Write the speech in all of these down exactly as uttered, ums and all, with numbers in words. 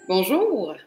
Bonjour.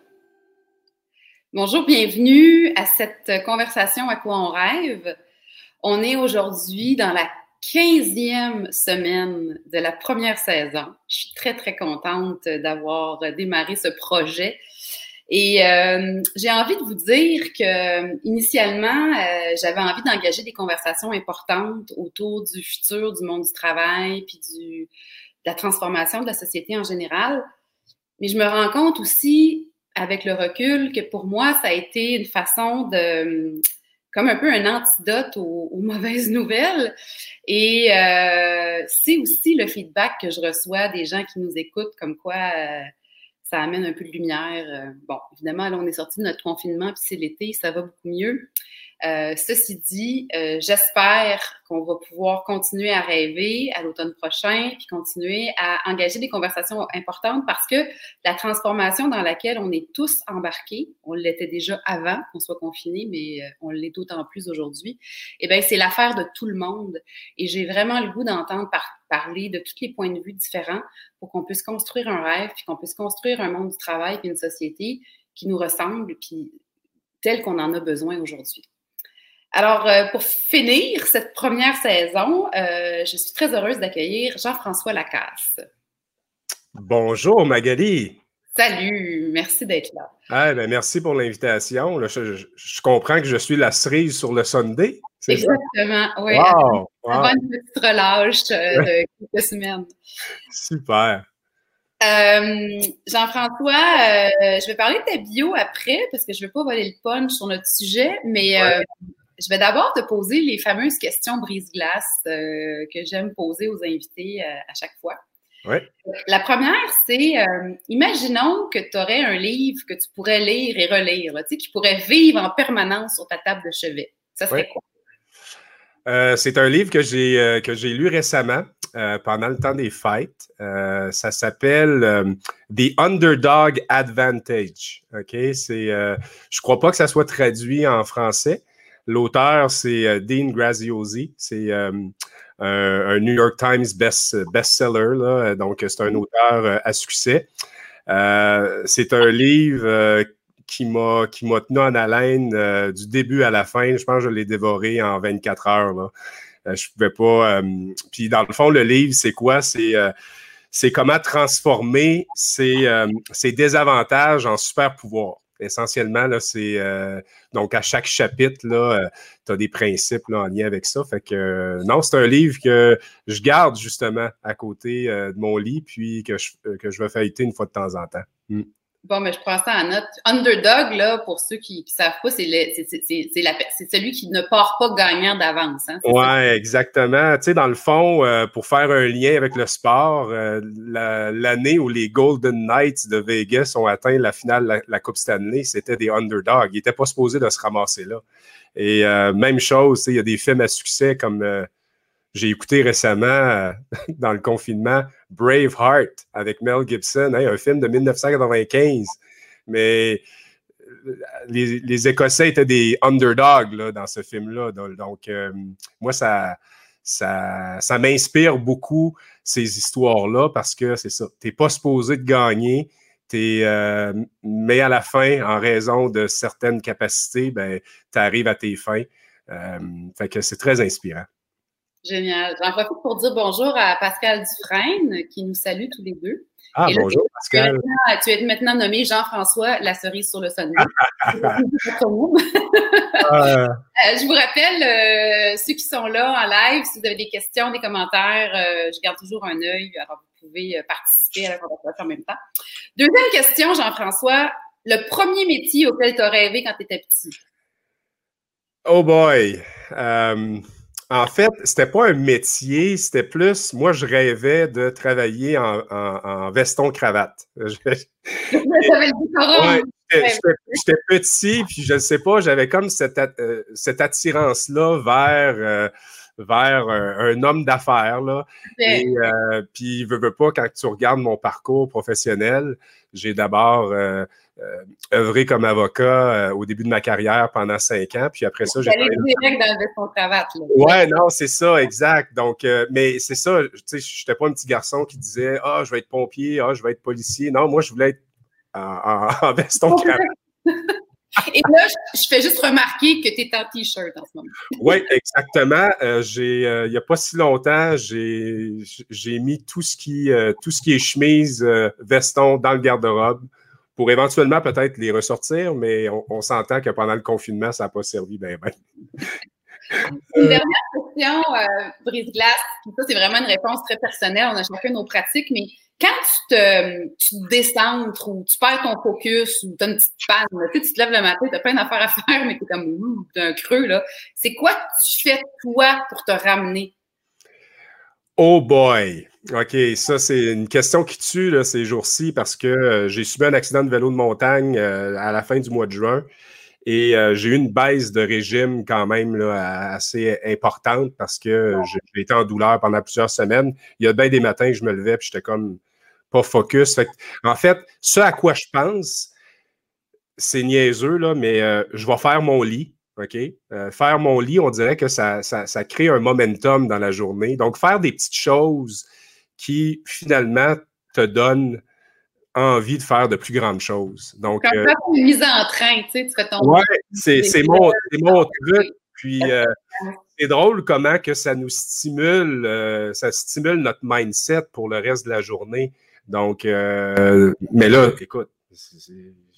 Bonjour, bienvenue à cette conversation À quoi on rêve. On est aujourd'hui dans la quinzième semaine de la première saison. Je suis très, très contente d'avoir démarré ce projet. Et euh, j'ai envie de vous dire que initialement, euh, j'avais envie d'engager des conversations importantes autour du futur du monde du travail puis du, de la transformation de la société en général. Mais je me rends compte aussi, avec le recul, que pour moi, ça a été une façon de, comme un peu un antidote aux, aux mauvaises nouvelles. Et euh, c'est aussi le feedback que je reçois des gens qui nous écoutent, comme quoi euh, ça amène un peu de lumière. Euh, bon, évidemment, là, on est sorti de notre confinement, puis c'est l'été, ça va beaucoup mieux. Euh, ceci dit, euh, j'espère qu'on va pouvoir continuer à rêver à l'automne prochain, puis continuer à engager des conversations importantes parce que la transformation dans laquelle on est tous embarqués, on l'était déjà avant qu'on soit confinés, mais euh, on l'est d'autant plus aujourd'hui, eh bien, c'est l'affaire de tout le monde. Et j'ai vraiment le goût d'entendre par- parler de tous les points de vue différents pour qu'on puisse construire un rêve, puis qu'on puisse construire un monde du travail, puis une société qui nous ressemble, puis telle qu'on en a besoin aujourd'hui. Alors, euh, pour finir cette première saison, euh, je suis très heureuse d'accueillir Jean-François Lacasse. Bonjour Magali. Salut, merci d'être là. Ah, ben, merci pour l'invitation. Là, je, je, je comprends que je suis la cerise sur le Sunday. C'est Exactement, ça? Oui. Wow, avant wow. une petite relâche euh, de quelques semaines. Super. Euh, Jean-François, euh, je vais parler de ta bio après parce que je ne veux pas voler le punch sur notre sujet, mais ouais. euh, je vais d'abord te poser les fameuses questions brise-glace euh, que j'aime poser aux invités euh, à chaque fois. Ouais. La première, c'est, euh, imaginons que tu aurais un livre que tu pourrais lire et relire, là, tu sais, qui pourrait vivre en permanence sur ta table de chevet. Ça serait ouais. quoi? Euh, c'est un livre que j'ai euh, que j'ai lu récemment euh, pendant le temps des fêtes. Euh, ça s'appelle euh, The Underdog Advantage. Ok, c'est, euh, je crois pas que ça soit traduit en français. L'auteur, c'est euh, Dean Graziosi. C'est euh, un, un New York Times best, bestseller, là. Donc, c'est un auteur euh, à succès. Euh, c'est un livre euh, qui m'a, qui m'a tenu en haleine euh, du début à la fin. Je pense que je l'ai dévoré en vingt-quatre heures. Là. Euh, je pouvais pas... Euh... Puis, dans le fond, le livre, c'est quoi? C'est... Euh, c'est comment transformer ses, euh, ses désavantages en super pouvoirs. Essentiellement, là, c'est euh, donc à chaque chapitre, là, euh, tu as des principes là, en lien avec ça. Fait que euh, non, c'est un livre que je garde justement à côté euh, de mon lit, puis que je, que je vais feuilleter une fois de temps en temps. Mm. Bon, mais je prends ça en note. Underdog, là, pour ceux qui ne savent pas, c'est, le, c'est, c'est, c'est, c'est, la, c'est celui qui ne part pas gagnant d'avance. Hein, ouais, ça? Exactement. Tu sais, dans le fond, euh, pour faire un lien avec le sport, euh, la, l'année où les Golden Knights de Vegas ont atteint la finale de la, la Coupe Stanley, c'était des underdogs. Ils n'étaient pas supposés de se ramasser là. Et euh, même chose, tu sais, il y a des films à succès comme... Euh, j'ai écouté récemment, euh, dans le confinement, Braveheart avec Mel Gibson, hein, un film de dix-neuf cent quatre-vingt-quinze. Mais les, les Écossais étaient des underdogs là, dans ce film-là. Donc, euh, moi, ça, ça, ça m'inspire beaucoup, ces histoires-là, parce que c'est ça. Tu n'es pas supposé de gagner, t'es, euh, mais à la fin, en raison de certaines capacités, ben, tu arrives à tes fins. Euh, fait que c'est très inspirant. Génial. J'en profite pour dire bonjour à Pascal Dufresne, qui nous salue tous les deux. Ah, et là, bonjour, tu Pascal. Es maintenant, tu es maintenant nommé Jean-François La cerise sur le Sunday. euh... Je vous rappelle, euh, ceux qui sont là en live, si vous avez des questions, des commentaires, euh, je garde toujours un œil. Alors, vous pouvez participer à la conversation en même temps. Deuxième question, Jean-François. Le premier métier auquel tu as rêvé quand tu étais petit? Oh boy! Um... En fait, c'était pas un métier, c'était plus, moi, je rêvais de travailler en, en, en veston-cravate. ouais, j'étais, j'étais petit, puis je ne sais pas, j'avais comme cette, euh, cette attirance-là vers, euh, vers un, un homme d'affaires, là. Okay. Et euh, puis, veux, veux pas, quand tu regardes mon parcours professionnel, j'ai d'abord euh, euh, œuvré comme avocat euh, au début de ma carrière pendant cinq ans, puis après ça, j'ai... J'allais direct dans le veston-cravate, là. Ouais, non, c'est ça, exact. Donc, euh, mais c'est ça, tu sais, je n'étais pas un petit garçon qui disait « Ah, oh, je vais être pompier, ah, oh, je vais être policier. » Non, moi, je voulais être en, en, en veston cravate. Et là, je fais juste remarquer que tu es en T-shirt en ce moment. Oui, exactement. Euh, j'ai, euh, il n'y a pas si longtemps, j'ai, j'ai mis tout ce qui, euh, tout ce qui est chemise, euh, veston dans le garde-robe pour éventuellement peut-être les ressortir, mais on, on s'entend que pendant le confinement, ça n'a pas servi bien, bien. Une dernière question, euh, Brise-Glace. Ça, c'est vraiment une réponse très personnelle. On a chacun nos pratiques, mais quand tu te, tu te décentres ou tu perds ton focus ou tu as une petite panne, tu sais, tu te lèves le matin, tu as plein d'affaires à faire, mais tu es comme ouh, t'as un creux, là. C'est quoi que tu fais, toi, pour te ramener? Oh boy! OK, ça, c'est une question qui tue là, ces jours-ci parce que euh, j'ai subi un accident de vélo de montagne euh, à la fin du mois de juin. Et euh, j'ai eu une baisse de régime quand même là, assez importante parce que j'ai été en douleur pendant plusieurs semaines. Il y a bien des matins que je me levais et j'étais comme pas focus. Fait que, en fait, ce à quoi je pense, c'est niaiseux, là, mais euh, je vais faire mon lit. OK? Euh, faire mon lit, on dirait que ça, ça, ça crée un momentum dans la journée. Donc, faire des petites choses qui, finalement, te donnent envie de faire de plus grandes choses. Donc, Comme euh, ça, une mise en train, tu sais, tu fais ton... Ouais, c'est, c'est, mon, c'est mon truc. Puis, euh, c'est drôle comment que ça nous stimule, euh, ça stimule notre mindset pour le reste de la journée. Donc, euh, mais là, écoute, c'est,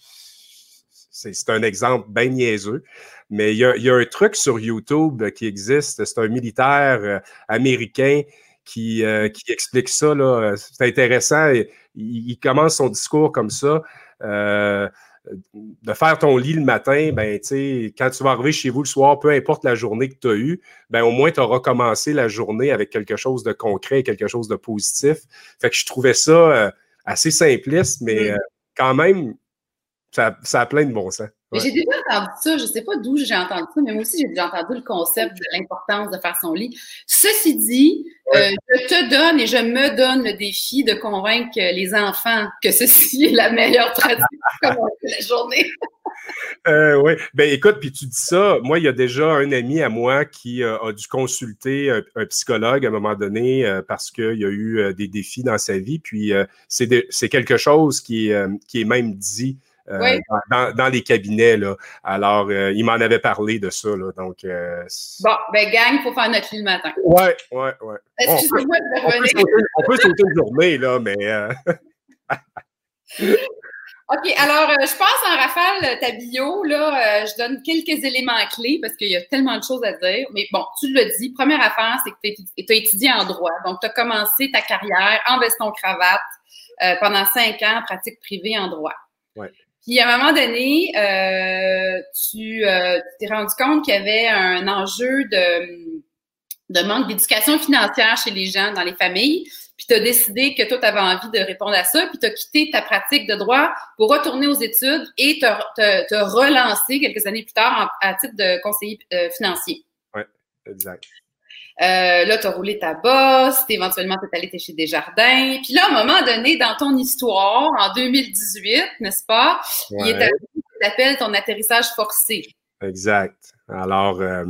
c'est, c'est un exemple bien niaiseux. Mais il y a, il y a un truc sur YouTube qui existe. C'est un militaire euh, américain qui, euh, qui explique ça, là. C'est intéressant. Il, il commence son discours comme ça. Euh, de faire ton lit le matin, ben, tu sais, quand tu vas arriver chez vous le soir, peu importe la journée que tu as eue, ben, au moins, tu auras commencé la journée avec quelque chose de concret, quelque chose de positif. Fait que je trouvais ça euh, assez simpliste, mais euh, quand même, ça, ça a plein de bon sens. Mais Ouais. j'ai déjà entendu ça, je ne sais pas d'où j'ai entendu ça, mais moi aussi, j'ai déjà entendu le concept de l'importance de faire son lit. Ceci dit, ouais. euh, je te donne et je me donne le défi de convaincre les enfants que ceci est la meilleure pratique pour commencer la journée. Euh, oui, ben écoute, puis tu dis ça, moi, il y a déjà un ami à moi qui euh, a dû consulter un, un psychologue à un moment donné euh, parce qu'il y a eu euh, des défis dans sa vie, puis euh, c'est, de, c'est quelque chose qui, euh, qui est même dit euh, oui. dans, dans les cabinets, là. Alors, euh, il m'en avait parlé de ça, là, donc... Euh, bon, ben gang, il faut faire notre lit le matin. Oui, oui, oui. Excusez-moi de revenir. On, on peut sauter une journée, là, mais... Euh... OK, alors, euh, je passe en rafale ta bio, là, euh, je donne quelques éléments clés parce qu'il y a tellement de choses à dire. Mais bon, tu l'as dit, première affaire, c'est que tu as étudié en droit. Donc, tu as commencé ta carrière en veston-cravate euh, pendant cinq ans, pratique privée en droit. Ouais. Puis, à un moment donné, euh, tu euh, t'es rendu compte qu'il y avait un enjeu de, de manque d'éducation financière chez les gens, dans les familles. Puis tu as décidé que toi, tu avais envie de répondre à ça, puis tu as quitté ta pratique de droit pour retourner aux études et te, te, te relancer quelques années plus tard en, à titre de conseiller euh, financier. Oui, exact. Euh, là, tu as roulé ta bosse, éventuellement, tu es allé chez Desjardins. Puis là, à un moment donné, dans ton histoire, en deux mille dix-huit, n'est-ce pas, ouais. il est arrivé ce qu'on appelle ton atterrissage forcé. Exact. Alors, euh,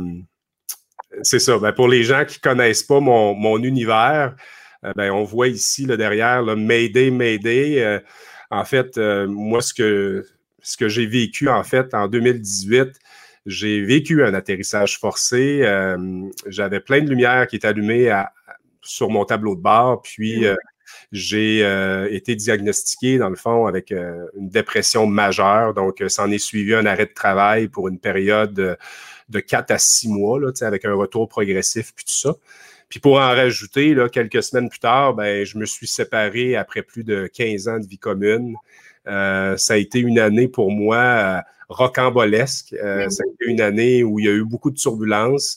c'est ça. Ben, pour les gens qui ne connaissent pas mon, mon univers, Euh, ben, on voit ici là, derrière là, Mayday, Mayday. Euh, en fait, euh, moi, ce que, ce que j'ai vécu, en fait, en deux mille dix-huit, j'ai vécu un atterrissage forcé. Euh, j'avais plein de lumière qui est allumée à, sur mon tableau de bord. Puis, euh, j'ai euh, été diagnostiqué, dans le fond, avec euh, une dépression majeure. Donc, ça en est suivi un arrêt de travail pour une période de, de quatre à six mois, là, avec un retour progressif, puis tout ça. Puis pour en rajouter, là, quelques semaines plus tard, ben, je me suis séparé après plus de quinze ans de vie commune. Euh, ça a été une année pour moi euh, rocambolesque. Euh, ça a été une année où il y a eu beaucoup de turbulences.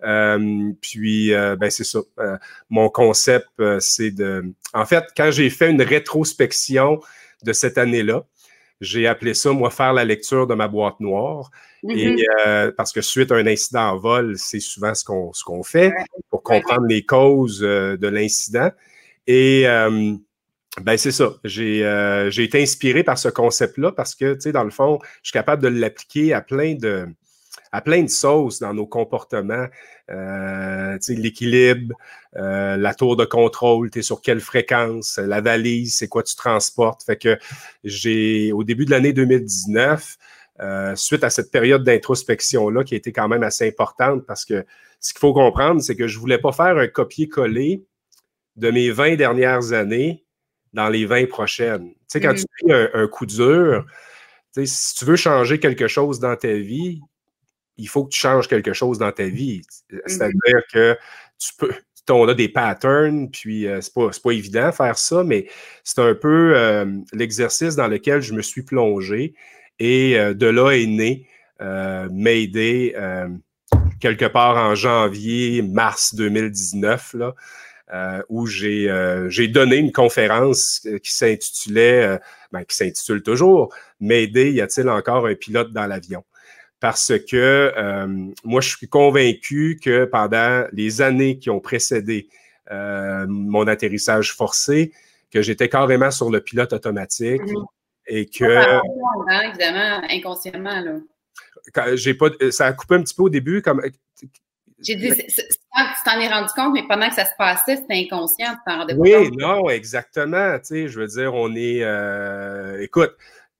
Euh, puis, euh, ben, c'est ça. Euh, mon concept, euh, c'est de... En fait, quand j'ai fait une rétrospection de cette année-là, j'ai appelé ça, moi, faire la lecture de ma boîte noire. Mm-hmm. Et euh, parce que suite à un incident en vol, c'est souvent ce qu'on, ce qu'on fait pour comprendre les causes euh, de l'incident. Et euh, ben c'est ça. J'ai, euh, j'ai été inspiré par ce concept-là parce que, tu sais, dans le fond, je suis capable de l'appliquer à plein de, à plein de sauces dans nos comportements. Euh, l'équilibre, euh, la tour de contrôle, tu es sur quelle fréquence, la valise, c'est quoi tu transportes. Fait que j'ai, au début de l'année deux mille dix-neuf, euh, suite à cette période d'introspection-là qui a été quand même assez importante parce que ce qu'il faut comprendre, c'est que je voulais pas faire un copier-coller de mes vingt dernières années dans les vingt prochaines. Tu sais, quand mm-hmm. tu fais un, un coup dur, tu sais, si tu veux changer quelque chose dans ta vie, il faut que tu changes quelque chose dans ta vie. C'est-à-dire mm-hmm. que tu peux, on a des patterns, puis euh, c'est pas, c'est pas évident de faire ça, mais c'est un peu euh, l'exercice dans lequel je me suis plongé. Et euh, de là est né euh, Mayday, euh, quelque part en janvier, mars deux mille dix-neuf, là, euh, où j'ai, euh, j'ai donné une conférence qui s'intitulait, euh, ben, qui s'intitule toujours, Mayday, y a-t-il encore un pilote dans l'avion? Parce que euh, moi, je suis convaincu que pendant les années qui ont précédé euh, mon atterrissage forcé, que j'étais carrément sur le pilote automatique mm-hmm. et que... Ça, hein, évidemment, inconsciemment, là. Quand j'ai pas, ça a coupé un petit peu au début. Comme... J'ai dit, c'est, c'est, tu t'en es rendu compte, mais pendant que ça se passait, c'était inconscient, tu t'en rendais oui, pas compte. Oui, non, exactement. Tu sais, je veux dire, on est... Euh, écoute,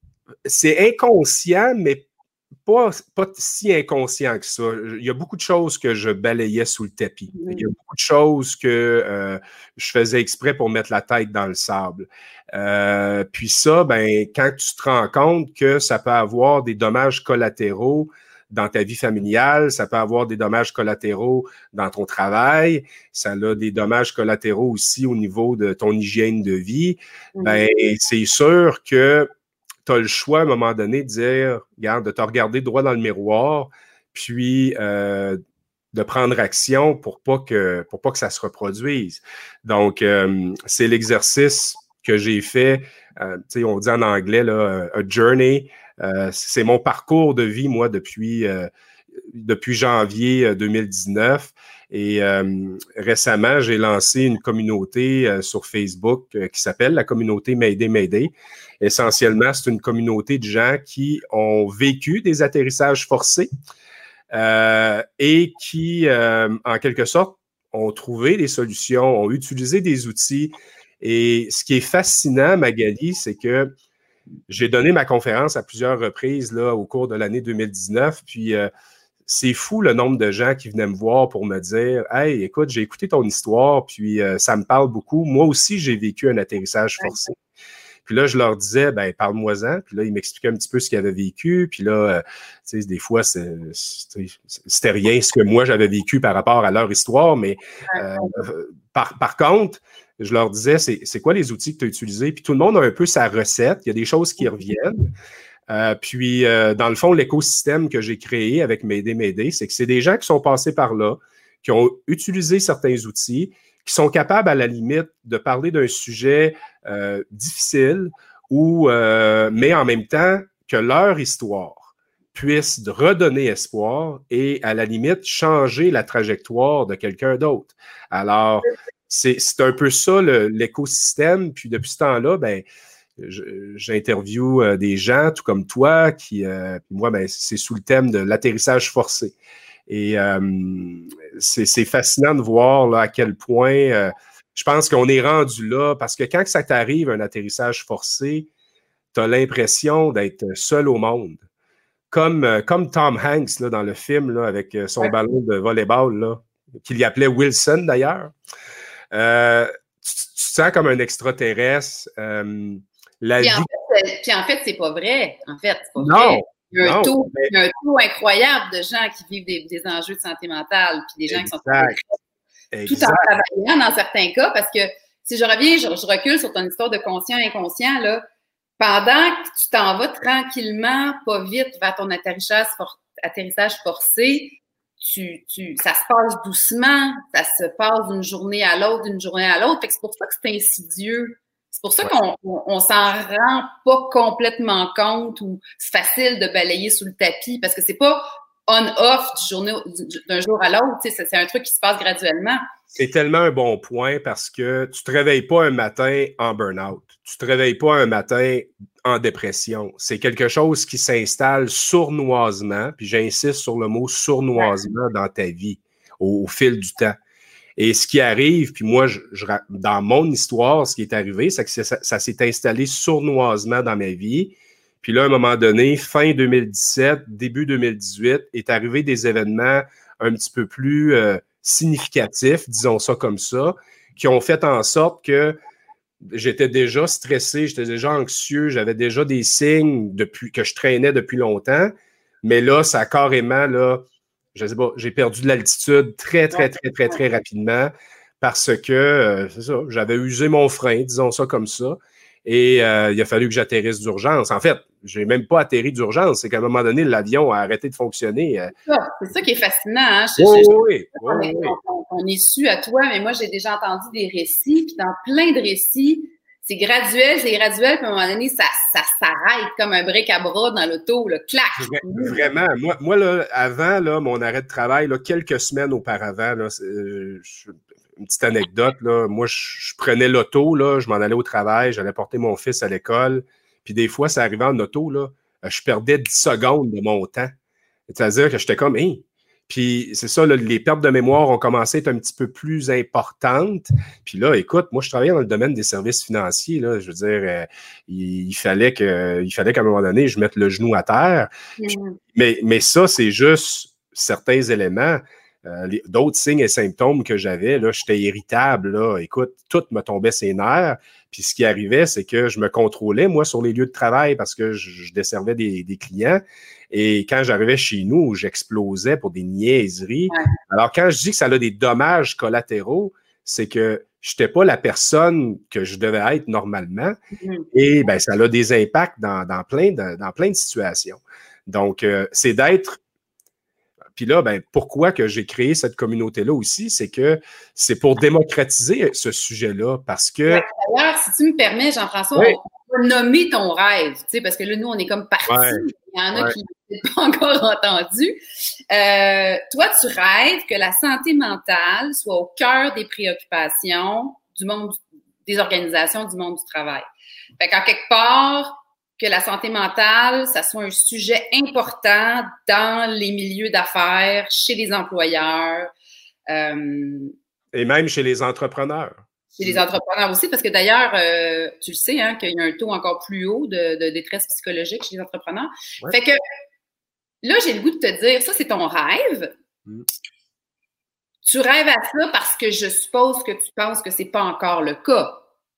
c'est inconscient, mais Pas, pas si inconscient que ça. Il y a beaucoup de choses que je balayais sous le tapis. Il y a beaucoup de choses que euh, je faisais exprès pour mettre la tête dans le sable. Euh, puis ça, ben, quand tu te rends compte que ça peut avoir des dommages collatéraux dans ta vie familiale, ça peut avoir des dommages collatéraux dans ton travail, ça a des dommages collatéraux aussi au niveau de ton hygiène de vie, ben, c'est sûr que tu as le choix à un moment donné de dire, regarde, de te regarder droit dans le miroir, puis euh, de prendre action pour pas que pour pas que ça se reproduise. Donc, euh, c'est l'exercice que j'ai fait. Euh, tu sais, on dit en anglais, là, a journey. Euh, c'est mon parcours de vie, moi, depuis, euh, depuis janvier deux mille dix-neuf. Et euh, récemment, j'ai lancé une communauté euh, sur Facebook euh, qui s'appelle la communauté Mayday Mayday. Essentiellement, c'est une communauté de gens qui ont vécu des atterrissages forcés euh, et qui, euh, en quelque sorte, ont trouvé des solutions, ont utilisé des outils. Et ce qui est fascinant, Magali, c'est que j'ai donné ma conférence à plusieurs reprises là, au cours de l'année deux mille dix-neuf, puis euh, c'est fou le nombre de gens qui venaient me voir pour me dire « Hey, écoute, j'ai écouté ton histoire, puis euh, ça me parle beaucoup. Moi aussi, j'ai vécu un atterrissage forcé. » Puis là, je leur disais, ben parle-moi-en. Puis là, ils m'expliquaient un petit peu ce qu'ils avaient vécu. Puis là, euh, tu sais, des fois, c'est, c'était rien ce que moi, j'avais vécu par rapport à leur histoire. Mais euh, par, par contre, je leur disais, c'est, c'est quoi les outils que tu as utilisés? Puis tout le monde a un peu sa recette. Il y a des choses qui reviennent. Euh, puis, euh, dans le fond, l'écosystème que j'ai créé avec Mayday Mayday, c'est que c'est des gens qui sont passés par là, qui ont utilisé certains outils, qui sont capables, à la limite, de parler d'un sujet euh, difficile, ou, euh, mais en même temps, que leur histoire puisse redonner espoir et, à la limite, changer la trajectoire de quelqu'un d'autre. Alors, c'est, c'est un peu ça le, l'écosystème. Puis, depuis ce temps-là, ben j'interviewe euh, des gens, tout comme toi, qui, euh, puis moi, ben, c'est sous le thème de l'atterrissage forcé. Et euh, c'est, c'est fascinant de voir là, à quel point euh, je pense qu'on est rendu là, parce que quand ça t'arrive, un atterrissage forcé, tu as l'impression d'être seul au monde. Comme, euh, comme Tom Hanks là, dans le film, là, avec son ouais. ballon de volleyball, là, qu'il y appelait Wilson d'ailleurs. Euh, tu, tu te sens comme un extraterrestre. Euh, La puis, vie... en fait, puis en fait, c'est pas vrai. En fait, c'est pas non, vrai. Il y, a un non, taux, mais... il y a un taux incroyable de gens qui vivent des, des enjeux de santé mentale, puis des gens exact. Qui sont tout en travaillant dans certains cas, parce que si je reviens, je, je recule sur ton histoire de conscient-inconscient, là, pendant que tu t'en vas tranquillement, pas vite, vers ton atterrissage, for, atterrissage forcé, tu, tu, ça se passe doucement, ça se passe d'une journée à l'autre, d'une journée à l'autre, fait que c'est pour ça que c'est insidieux. C'est pour ça ouais. qu'on on, on s'en rend pas complètement compte ou c'est facile de balayer sous le tapis parce que c'est pas on-off du journée, d'un jour à l'autre. Tu sais, c'est, c'est un truc qui se passe graduellement. C'est tellement un bon point parce que tu te réveilles pas un matin en burn-out. Tu te réveilles pas un matin en dépression. C'est quelque chose qui s'installe sournoisement, puis j'insiste sur le mot sournoisement dans ta vie, au, au fil du temps. Et ce qui arrive, puis moi, je, je, dans mon histoire, ce qui est arrivé, c'est que ça, ça s'est installé sournoisement dans ma vie. Puis là, à un moment donné, fin deux mille dix-sept, début deux mille dix-huit, est arrivé des événements un petit peu plus euh, significatifs, disons ça comme ça, qui ont fait en sorte que j'étais déjà stressé, j'étais déjà anxieux, j'avais déjà des signes depuis que je traînais depuis longtemps. Mais là, ça a carrément, là, je sais pas, j'ai perdu de l'altitude très, très, très, très, très rapidement parce que, euh, c'est ça, j'avais usé mon frein, disons ça comme ça. Et euh, il a fallu que j'atterrisse d'urgence. En fait, je n'ai même pas atterri d'urgence. C'est qu'à un moment donné, l'avion a arrêté de fonctionner. C'est ça, c'est ça qui est fascinant. Hein? Je, oui, je, oui, je, on, oui, est, oui. On, on est su à toi, mais moi, j'ai déjà entendu des récits. Puis dans plein de récits, c'est graduel, c'est graduel. Puis à un moment donné, ça, ça s'arrête comme un bric-à-bras dans l'auto. Là, clac! Vraiment. Moi, moi là, avant là, mon arrêt de travail, là, quelques semaines auparavant, là, euh, je, une petite anecdote, là, moi, je, je prenais l'auto, là, je m'en allais au travail, j'allais porter mon fils à l'école, puis des fois, ça arrivait en auto, là, je perdais dix secondes de mon temps. C'est-à-dire que j'étais comme, hey. Puis c'est ça, là, les pertes de mémoire ont commencé à être un petit peu plus importantes. Puis là, écoute, moi, je travaillais dans le domaine des services financiers, là, je veux dire, euh, il, il fallait que, il fallait qu'à un moment donné, je mette le genou à terre. Mm. Mais, mais ça, c'est juste certains éléments. Euh, les, d'autres signes et symptômes que j'avais, là, j'étais irritable, là, écoute, tout me tombait ses nerfs, puis ce qui arrivait, c'est que je me contrôlais, moi, sur les lieux de travail, parce que je, je desservais des, des clients, et quand j'arrivais chez nous, j'explosais pour des niaiseries. Ouais. Alors, quand je dis que ça a des dommages collatéraux, c'est que je n'étais pas la personne que je devais être normalement, mmh. et ben ça a des impacts dans, dans, plein, de, dans plein de situations. Donc, euh, c'est d'être Puis là, ben, pourquoi que j'ai créé cette communauté-là aussi, c'est que c'est pour démocratiser ce sujet-là, parce que... Ouais, d'ailleurs, si tu me permets, Jean-François, oui. on va nommer ton rêve, tu sais, parce que là, nous, on est comme partis, ouais. il y en a ouais. qui n'ont pas encore entendu. Euh, toi, tu rêves que la santé mentale soit au cœur des préoccupations du monde, des organisations du monde du travail. Fait qu'en quelque part, que la santé mentale, ça soit un sujet important dans les milieux d'affaires, chez les employeurs. Euh, Et même chez les entrepreneurs. Chez les entrepreneurs aussi, parce que d'ailleurs, euh, tu le sais, hein, qu'il y a un taux encore plus haut de, de détresse psychologique chez les entrepreneurs. Ouais. Fait que là, j'ai le goût de te dire, ça, c'est ton rêve. Mm. Tu rêves à ça parce que je suppose que tu penses que c'est pas encore le cas.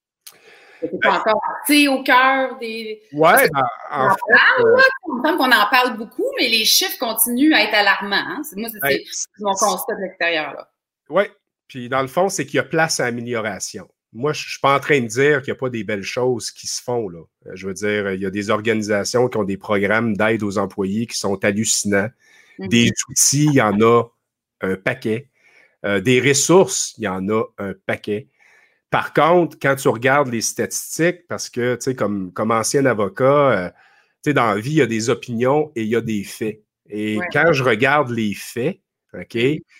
C'est pas encore assez au cœur des... Ouais, ben, en fait... Parle, euh... Il me semble qu'on en parle beaucoup, mais les chiffres continuent à être alarmants. Hein? Moi, c'est, hey, c'est mon constat de l'extérieur. Là. Oui, puis dans le fond, c'est qu'il y a place à amélioration. Moi, je ne suis pas en train de dire qu'il n'y a pas des belles choses qui se font. Là. Je veux dire, il y a des organisations qui ont des programmes d'aide aux employés qui sont hallucinants. Mm-hmm. Des outils, il y en a un paquet. Euh, des ressources, il y en a un paquet. Par contre, quand tu regardes les statistiques, parce que, tu sais, comme, comme ancien avocat, euh, tu sais, dans la vie, il y a des opinions et il y a des faits. Et ouais. quand je regarde les faits, OK,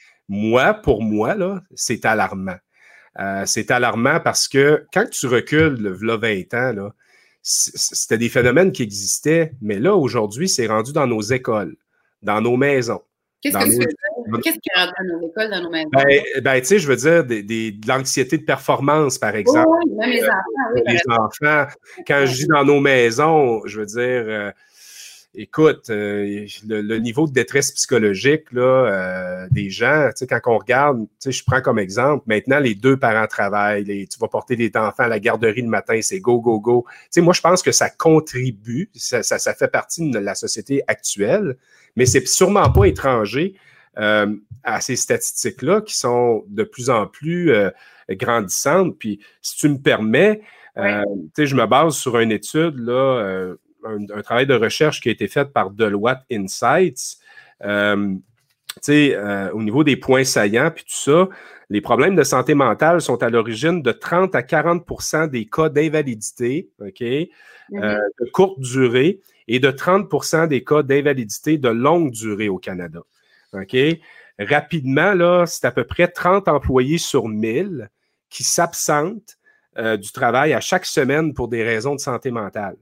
moi, pour moi, là, c'est alarmant. Euh, c'est alarmant parce que quand tu recules, là, vingt ans, là, c'était des phénomènes qui existaient, mais là, aujourd'hui, c'est rendu dans nos écoles, dans nos maisons. Qu'est-ce que, nos... Qu'est-ce qui rentre dans nos écoles, dans nos maisons? Ben, ben tu sais, je veux dire, des, des, de l'anxiété de performance, par exemple. Oh, oui, même les enfants. Oui, les enfants. Quand je dis dans nos maisons, je veux dire, euh, écoute, euh, le, le niveau de détresse psychologique là, euh, des gens, tu sais, quand on regarde, tu sais, je prends comme exemple, maintenant, les deux parents travaillent, les, tu vas porter les enfants à la garderie le matin, c'est go, go, go. Tu sais, moi, je pense que ça contribue, ça, ça, ça fait partie de la société actuelle, mais c'est sûrement pas étranger euh, à ces statistiques-là qui sont de plus en plus euh, grandissantes. Puis, si tu me permets, euh, oui. tu sais, je me base sur une étude, là, euh, un, un travail de recherche qui a été fait par Deloitte Insights. Euh, tu sais, euh, au niveau des points saillants, puis tout ça, les problèmes de santé mentale sont à l'origine de trente à quarante pour cent des cas d'invalidité, OK, mm-hmm. euh, de courte durée, et de trente pour cent des cas d'invalidité de longue durée au Canada. OK? Rapidement, là, c'est à peu près trente employés sur mille qui s'absentent euh, du travail à chaque semaine pour des raisons de santé mentale.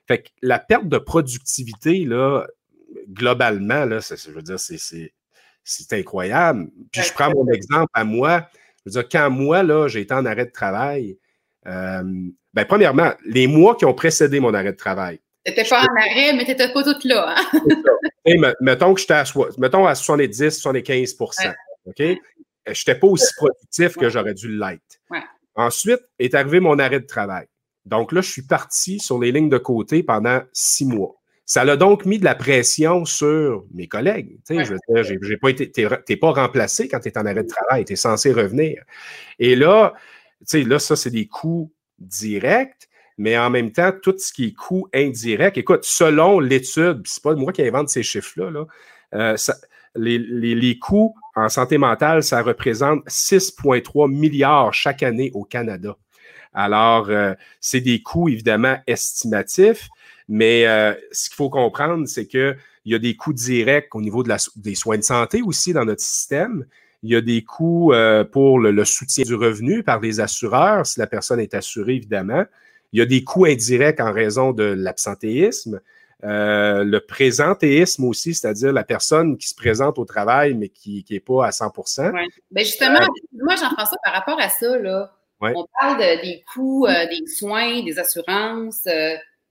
Fait que la perte de productivité, là, globalement, là, c'est, je veux dire, c'est, c'est, c'est incroyable. Puis je prends mon exemple à moi. Je veux dire, quand moi, là, j'ai été en arrêt de travail, euh, ben, premièrement, les mois qui ont précédé mon arrêt de travail. Tu n'étais pas en arrêt, mais tu n'étais pas toute là. Hein? Et mettons que j'étais à, mettons à soixante-dix à soixante-quinze pour cent. Ouais. OK? Je n'étais pas aussi productif que j'aurais dû l'être. Ouais. Ensuite, est arrivé mon arrêt de travail. Donc là, je suis parti sur les lignes de côté pendant six mois. Ça l'a donc mis de la pression sur mes collègues. Tu sais, ouais. Je veux dire, j'ai, j'ai pas été, t'es, t'es pas remplacé quand tu es en arrêt de travail, tu es censé revenir. Et là, tu sais, là, ça, c'est des coûts directs, mais en même temps, tout ce qui est coûts indirects, écoute, selon l'étude, c'est pas moi qui invente ces chiffres-là, là, euh, ça, les, les, les coûts en santé mentale, ça représente six virgule trois milliards chaque année au Canada. Alors, euh, c'est des coûts évidemment estimatifs, mais euh, ce qu'il faut comprendre, c'est qu'il y a des coûts directs au niveau de la, des soins de santé aussi dans notre système. Il y a des coûts euh, pour le, le soutien du revenu par les assureurs, si la personne est assurée, évidemment. Il y a des coûts indirects en raison de l'absentéisme. Euh, le présentéisme aussi, c'est-à-dire la personne qui se présente au travail, mais qui n'est pas à cent pour cent. Ouais. Bien, justement, euh, moi, Jean-François, par rapport à ça, là, ouais. On parle de, des coûts, euh, des soins, des assurances. Euh,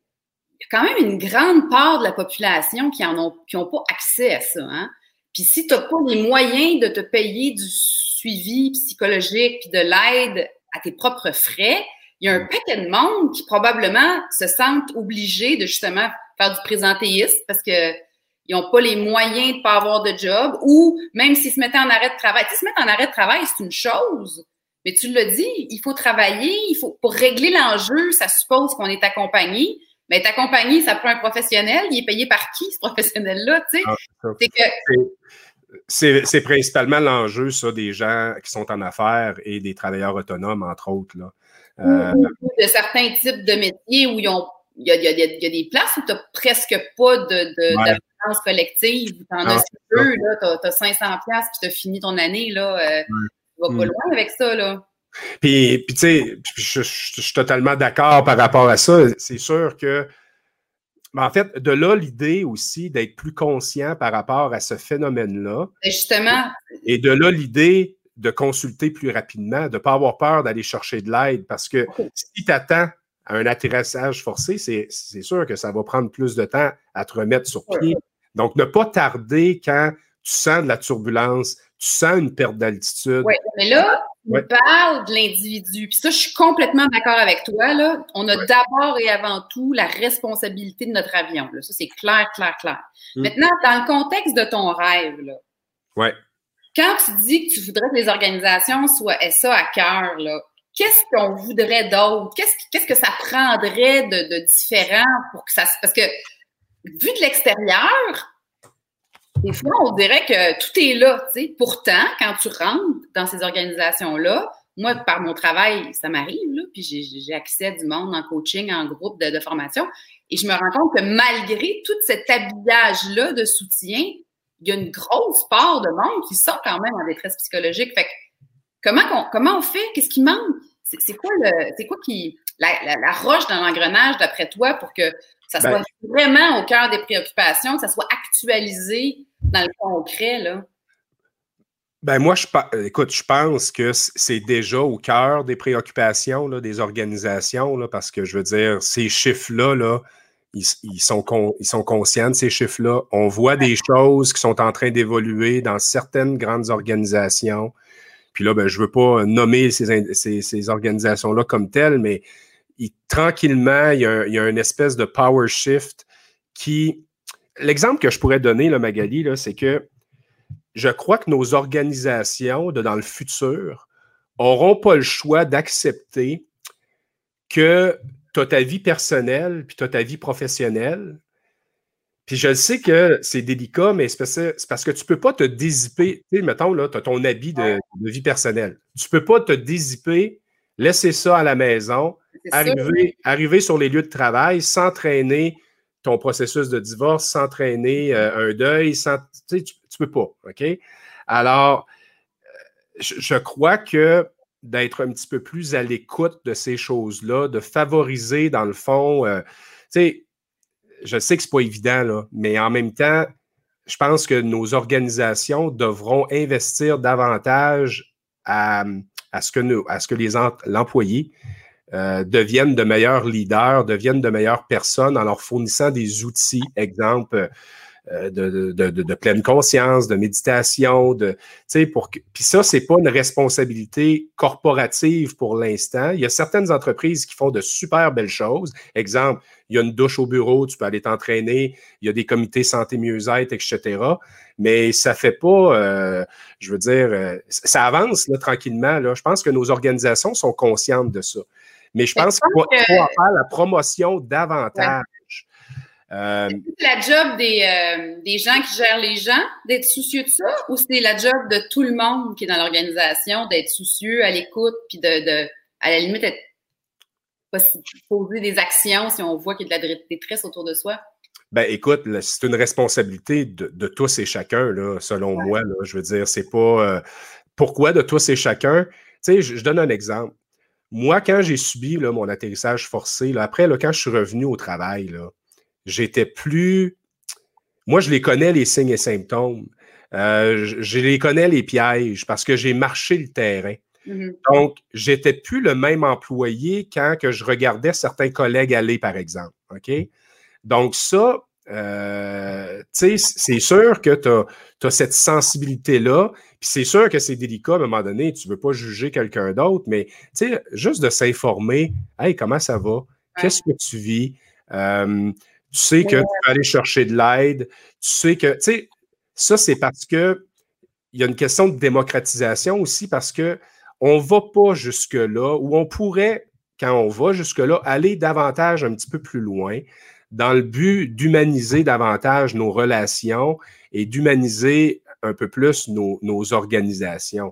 il y a quand même une grande part de la population qui en ont, qui n'ont pas accès à ça. Hein? Puis si tu n'as pas les moyens de te payer du suivi psychologique puis de l'aide à tes propres frais, il y a un paquet de monde qui probablement se sentent obligés de justement faire du présentéisme parce que ils n'ont pas les moyens de ne pas avoir de job ou même s'ils se mettaient en arrêt de travail. Tu sais, se mettre en arrêt de travail, c'est une chose. Mais tu l'as dit, il faut travailler, il faut pour régler l'enjeu, ça suppose qu'on est accompagné. Mais être accompagné, ça prend un professionnel. Il est payé par qui, ce professionnel-là, tu sais? Ah, c'est que... C'est, c'est principalement l'enjeu, ça, des gens qui sont en affaires et des travailleurs autonomes, entre autres, là. Euh... Ou de certains types de métiers où ils ont, il y a, il y a, il y a des places où tu n'as presque pas de, de, ouais. d'assurance collective. Tu en as deux, là, tu as cinq cents dollars puis tu as fini ton année, là. Euh, ouais. Tu vas pas mmh. loin avec ça, là. Puis, puis tu sais, je, je, je suis totalement d'accord par rapport à ça. C'est sûr que, mais en fait, de là, l'idée aussi d'être plus conscient par rapport à ce phénomène-là. Et justement. Et de là, l'idée de consulter plus rapidement, de ne pas avoir peur d'aller chercher de l'aide, parce que okay. si tu attends à un atterrissage forcé, c'est, c'est sûr que ça va prendre plus de temps à te remettre sur pied. Ouais. Donc, ne pas tarder quand tu sens de la turbulence, tu sens une perte d'altitude. Oui, mais là, on ouais. parle de l'individu. Puis ça, je suis complètement d'accord avec toi. Là. On a ouais. d'abord et avant tout la responsabilité de notre avion. Là. Ça, c'est clair, clair, clair. Mm. Maintenant, dans le contexte de ton rêve, là, ouais. quand tu dis que tu voudrais que les organisations soient aient ça à cœur, là, qu'est-ce qu'on voudrait d'autre? Qu'est-ce, qu'est-ce que ça prendrait de, de différent pour que ça se... Parce que, vu de l'extérieur, des fois, on dirait que tout est là, tu sais. Pourtant, quand tu rentres dans ces organisations-là, moi, par mon travail, ça m'arrive, là, puis j'ai, j'ai accès à du monde en coaching, en groupe de, de formation, et je me rends compte que malgré tout cet habillage-là de soutien, il y a une grosse part de monde qui sont quand même en détresse psychologique. Fait que, comment on, comment on fait? Qu'est-ce qui manque? C'est, c'est quoi le, c'est quoi qui, la, la, la roche dans l'engrenage, d'après toi, pour que ça soit ben, vraiment au cœur des préoccupations, que ça soit actualisé dans le concret, là? Ben moi, je, écoute, je pense que c'est déjà au cœur des préoccupations là, des organisations, là, parce que je veux dire, ces chiffres-là, là, ils, ils, sont con, ils sont conscients de ces chiffres-là. On voit des choses qui sont en train d'évoluer dans certaines grandes organisations. Puis là, ben, je ne veux pas nommer ces, ces, ces organisations-là comme telles, mais il, tranquillement, il y, a, il y a une espèce de power shift qui... L'exemple que je pourrais donner, là, Magali, là, c'est que je crois que nos organisations, de, dans le futur, n'auront pas le choix d'accepter que tu as ta vie personnelle puis tu as ta vie professionnelle. Puis je sais que c'est délicat, mais c'est parce, c'est parce que tu ne peux pas te dézipper. Tu sais, mettons, là, tu as ton habit de, de vie personnelle. Tu ne peux pas te dézipper, laisser ça à la maison, arriver, arriver sur les lieux de travail, s'entraîner ton processus de divorce, s'entraîner euh, un deuil, sans, tu sais, tu, tu peux pas, OK? Alors, je, je crois que d'être un petit peu plus à l'écoute de ces choses-là, de favoriser, dans le fond, euh, tu sais, je sais que c'est pas évident, là, mais en même temps, je pense que nos organisations devront investir davantage à, à ce que, nous, à ce que les l'employé euh, deviennent de meilleurs leaders, deviennent de meilleures personnes en leur fournissant des outils, exemple, euh, de, de, de, de pleine conscience, de méditation, de, tu sais, pour que, puis ça, c'est pas une responsabilité corporative pour l'instant. Il y a certaines entreprises qui font de super belles choses. Exemple, il y a une douche au bureau, tu peux aller t'entraîner, il y a des comités santé mieux-être, et cetera. Mais ça fait pas, euh, je veux dire, euh, ça avance là, tranquillement. Là. Je pense que nos organisations sont conscientes de ça. Mais je pense qu'il faut, que... faut en faire la promotion davantage. Ouais. Euh, c'est la job des, euh, des gens qui gèrent les gens d'être soucieux de ça, ou c'est la job de tout le monde qui est dans l'organisation d'être soucieux, à l'écoute, puis de, de, à la limite, être, poser des actions si on voit qu'il y a de la détresse autour de soi? Ben, écoute, c'est une responsabilité de, de tous et chacun, là, selon ouais. moi. Là, je veux dire, c'est pas... Euh, pourquoi de tous et chacun? Tu sais, je, je donne un exemple. Moi, quand j'ai subi là, mon atterrissage forcé, là, après, là, quand je suis revenu au travail, là, j'étais plus... Moi, je les connais, les signes et symptômes. Euh, je, je les connais, les pièges, parce que j'ai marché le terrain. Mm-hmm. Donc, j'étais plus le même employé quand que je regardais certains collègues aller, par exemple. OK? Donc, ça, euh, tu sais, c'est sûr que tu as cette sensibilité-là, puis c'est sûr que c'est délicat à un moment donné, tu ne veux pas juger quelqu'un d'autre, mais tu sais, juste de s'informer, « Hey, comment ça va? Qu'est-ce que tu vis? Euh, » Tu sais que tu peux aller chercher de l'aide, tu sais que, tu sais, ça, c'est parce que il y a une question de démocratisation aussi, parce que on ne va pas jusque-là, ou on pourrait, quand on va jusque-là, aller davantage un petit peu plus loin, dans le but d'humaniser davantage nos relations et d'humaniser un peu plus nos, nos organisations.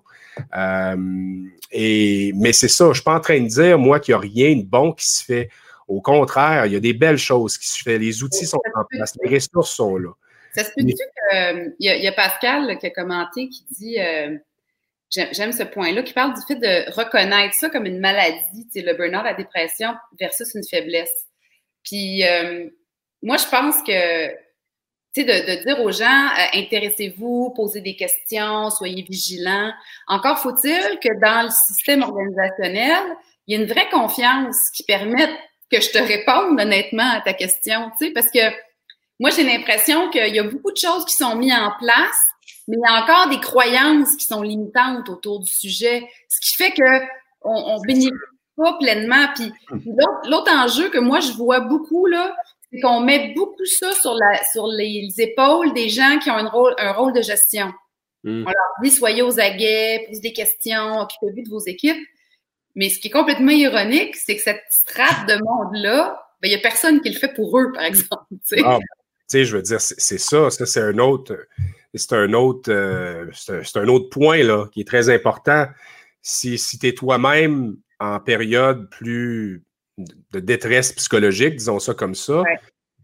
Euh, et, mais c'est ça, je ne suis pas en train de dire, moi, qu'il n'y a rien de bon qui se fait. Au contraire, il y a des belles choses qui se font. Les outils sont en place, les ressources sont là. Ça se peut-tu qu'il euh, y, y a Pascal là, qui a commenté, qui dit... Euh, J'aime ce point-là, qui parle du fait de reconnaître ça comme une maladie, tu sais, le burn-out, la dépression versus une faiblesse. Puis euh, moi, je pense que, tu sais, de, de dire aux gens, euh, intéressez-vous, posez des questions, soyez vigilants. Encore faut-il que dans le système organisationnel, il y ait une vraie confiance qui permette que je te réponde honnêtement à ta question, tu sais, parce que moi, j'ai l'impression qu'il y a beaucoup de choses qui sont mises en place, mais il y a encore des croyances qui sont limitantes autour du sujet, ce qui fait que on, on bénéficie pas pleinement. Puis l'autre, l'autre enjeu que moi je vois beaucoup là, c'est qu'on met beaucoup ça sur la sur les épaules des gens qui ont un rôle un rôle de gestion. Mm. On leur dit soyez aux aguets, posez des questions, occupez-vous de vos équipes. Mais ce qui est complètement ironique, c'est que cette strate de monde-là, ben, il y a personne qui le fait pour eux, par exemple. Tu sais, ah, tu sais, je veux dire, c'est, c'est ça, ça c'est un autre. C'est un autre, euh, c'est, un, c'est un autre point là, qui est très important. Si, si tu es toi-même en période plus de détresse psychologique, disons ça comme ça, ouais.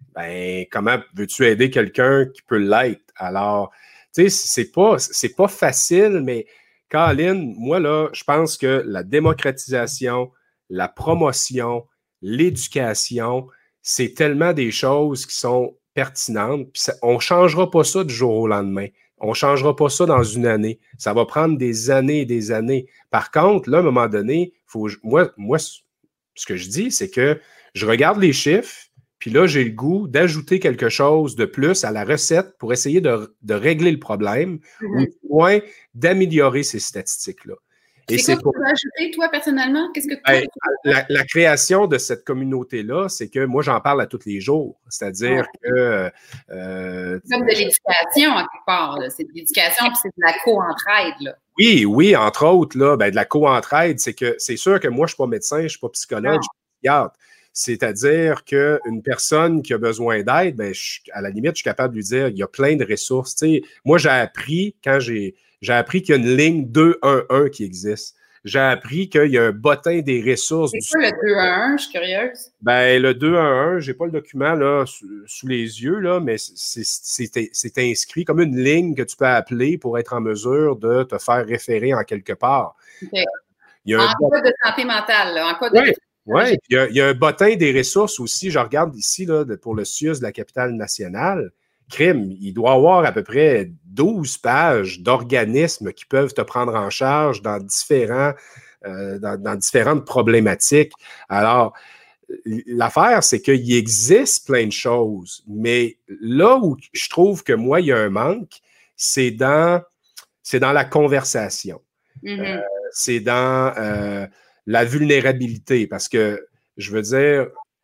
Ben comment veux-tu aider quelqu'un qui peut l'être? Alors, tu sais, c'est pas, c'est pas facile, mais Caroline, moi là, je pense que la démocratisation, la promotion, l'éducation, c'est tellement des choses qui sont pertinente. Puis ça, on ne changera pas ça du jour au lendemain. On ne changera pas ça dans une année. Ça va prendre des années et des années. Par contre, là, à un moment donné, faut, moi, moi, ce que je dis, c'est que je regarde les chiffres, puis là, j'ai le goût d'ajouter quelque chose de plus à la recette pour essayer de, de régler le problème mm-hmm. ou du moins d'améliorer ces statistiques-là. Et c'est, c'est quoi pour... que tu veux ajouter, toi, personnellement? Qu'est-ce que tu ben, la, la création de cette communauté-là, c'est que moi, j'en parle à tous les jours. C'est-à-dire ouais. que... Euh, c'est comme de l'éducation, en quelque part. Là. C'est de l'éducation, puis c'est de la co-entraide. Là. Oui, oui, entre autres, là, ben, de la co-entraide, c'est que c'est sûr que moi, je ne suis pas médecin, je ne suis pas psychologue, non. Je suis psychiatre. C'est-à-dire qu'une personne qui a besoin d'aide, ben, je, à la limite, je suis capable de lui dire, il y a plein de ressources. Tu sais, moi, j'ai appris, quand j'ai... J'ai appris qu'il y a une ligne deux un un qui existe. J'ai appris qu'il y a un bottin des ressources. C'est quoi le deux un un? Je suis curieuse. Ben, le deux un un, je n'ai pas le document là, sous, sous les yeux, là, mais c'est, c'est, c'est inscrit comme une ligne que tu peux appeler pour être en mesure de te faire référer en quelque part. Okay. Il y a en un... cas de santé mentale, là, en cas de... Oui, Oui, il y, a, il y a un bottin des ressources aussi. Je regarde ici là, pour le C I U S de la capitale nationale. Crime, il doit y avoir à peu près douze pages d'organismes qui peuvent te prendre en charge dans, différents, euh, dans, dans différentes problématiques. Alors, l'affaire, c'est qu'il existe plein de choses, mais là où je trouve que moi, il y a un manque, c'est dans, c'est dans la conversation. Mm-hmm. Euh, c'est dans euh, la vulnérabilité, parce que, je veux dire,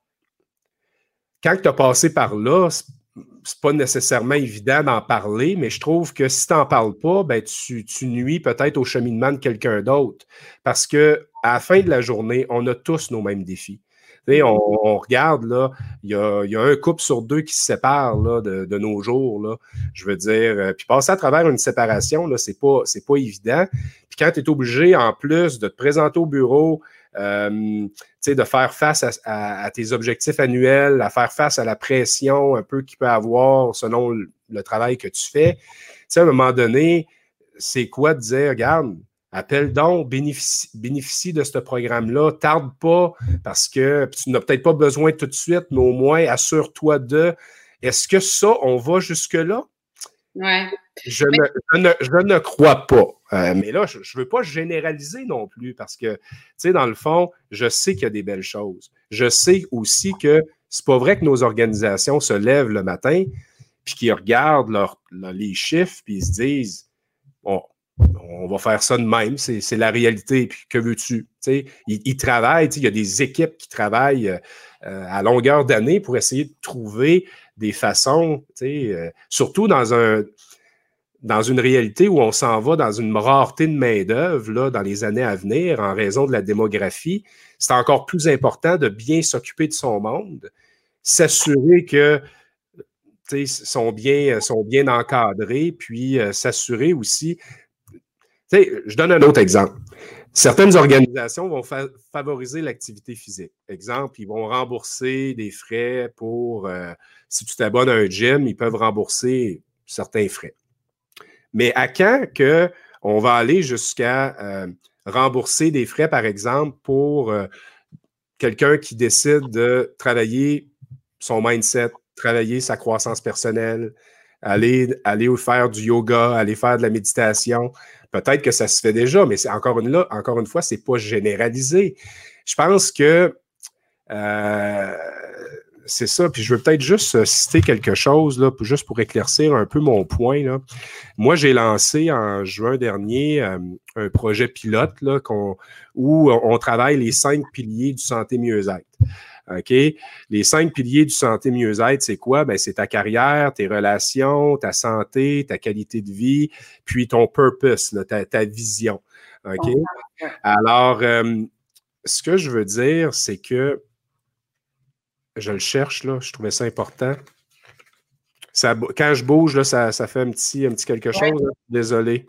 quand tu as passé par là, c'est pas nécessairement évident d'en parler, mais je trouve que si tu n'en parles pas, ben tu, tu nuis peut-être au cheminement de quelqu'un d'autre. Parce que à la fin de la journée, on a tous nos mêmes défis. Tu sais, on, on regarde, là, il y a, y a un couple sur deux qui se sépare là, de, de nos jours. Là, je veux dire, euh, puis passer à travers une séparation, là, c'est pas, c'est pas évident. Puis quand tu es obligé, en plus, de te présenter au bureau, Euh, de faire face à, à, à tes objectifs annuels, à faire face à la pression un peu qu'il peut avoir selon le, le travail que tu fais. T'sais, à un moment donné, c'est quoi de dire, regarde, appelle donc, bénéficie, bénéficie de ce programme-là, tarde pas, parce que tu n'as peut-être pas besoin tout de suite, mais au moins assure-toi de. Est-ce que ça, on va jusque-là? Ouais. Je, mais... ne, je, ne, je ne crois pas. Euh, mais là, je ne veux pas généraliser non plus parce que, tu sais, dans le fond, je sais qu'il y a des belles choses. Je sais aussi que c'est pas vrai que nos organisations se lèvent le matin puis qu'ils regardent leur, leur, les chiffres puis ils se disent bon, on va faire ça de même, c'est, c'est la réalité. Puis que veux-tu? Tu sais, ils, ils travaillent, tu sais, il y a des équipes qui travaillent euh, à longueur d'année pour essayer de trouver des façons, tu sais, euh, surtout dans un dans une réalité où on s'en va dans une rareté de main-d'œuvre là, dans les années à venir en raison de la démographie, c'est encore plus important de bien s'occuper de son monde, s'assurer que sont bien, sont bien encadrés, puis euh, s'assurer aussi. Je donne un autre exemple. Certaines organisations vont fa- favoriser l'activité physique. Exemple, ils vont rembourser des frais pour, euh, si tu t'abonnes à un gym, ils peuvent rembourser certains frais. Mais à quand qu'on va aller jusqu'à euh, rembourser des frais, par exemple, pour euh, quelqu'un qui décide de travailler son mindset, travailler sa croissance personnelle, aller, aller faire du yoga, aller faire de la méditation. Peut-être que ça se fait déjà, mais c'est encore une, là, encore une fois, c'est pas généralisé. Je pense que euh, c'est ça. Puis je veux peut-être juste citer quelque chose, là, juste pour éclaircir un peu mon point, là. Moi, j'ai lancé en juin dernier euh, un projet pilote là, qu'on, où on travaille les cinq piliers du santé mieux-être. OK? Les cinq piliers du santé mieux-être, c'est quoi? Ben, c'est ta carrière, tes relations, ta santé, ta qualité de vie, puis ton purpose, là, ta, ta vision. OK? Alors, euh, ce que je veux dire, c'est que je le cherche, là, je trouvais ça important. Ça, quand je bouge, là, ça, ça fait un petit, un petit quelque chose. Ouais. Là. Désolé.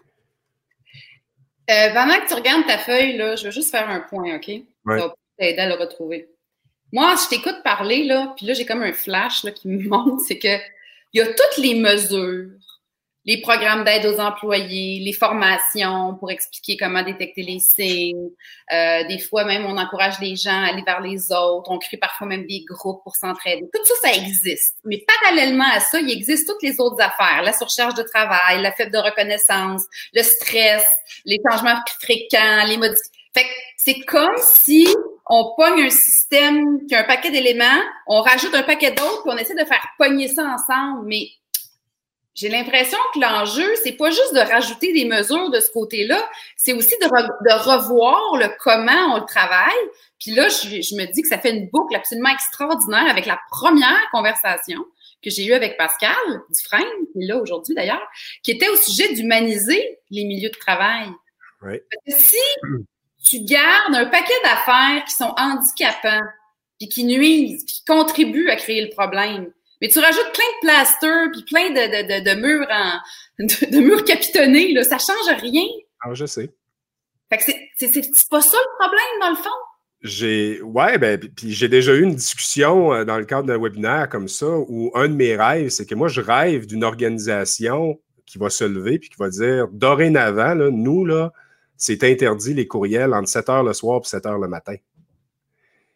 Euh, pendant que tu regardes ta feuille, là, je veux juste faire un point, OK? Ouais. Ça va t'aider à le retrouver. Moi, je t'écoute parler, là, puis là, j'ai comme un flash là, qui me montre, c'est que il y a toutes les mesures, les programmes d'aide aux employés, les formations pour expliquer comment détecter les signes. Euh, des fois, même, on encourage les gens à aller vers les autres. On crée parfois même des groupes pour s'entraider. Tout ça, ça existe. Mais parallèlement à ça, il existe toutes les autres affaires. La surcharge de travail, la faible de reconnaissance, le stress, les changements fréquents, les modifications. Fait que c'est comme si on pogne un système qui a un paquet d'éléments, on rajoute un paquet d'autres, puis on essaie de faire pogner ça ensemble. Mais j'ai l'impression que l'enjeu, c'est pas juste de rajouter des mesures de ce côté-là, c'est aussi de, re, de revoir le comment on le travaille. Puis là, je, je me dis que ça fait une boucle absolument extraordinaire avec la première conversation que j'ai eue avec Pascal Dufresne, qui est là aujourd'hui d'ailleurs, qui était au sujet d'humaniser les milieux de travail. Oui. Parce que si tu gardes un paquet d'affaires qui sont handicapants, puis qui nuisent, puis qui contribuent à créer le problème, mais tu rajoutes plein de plasters puis plein de, de, de, de murs en, de, de murs capitonnés, là, ça change rien. Ah, je sais. Fait que c'est, c'est, c'est, c'est pas ça le problème, dans le fond? J'ai, ouais, ben, puis j'ai déjà eu une discussion dans le cadre d'un webinaire comme ça où un de mes rêves, c'est que moi, je rêve d'une organisation qui va se lever puis qui va dire, dorénavant, là, nous, là, c'est interdit les courriels entre sept heures le soir et sept heures le matin.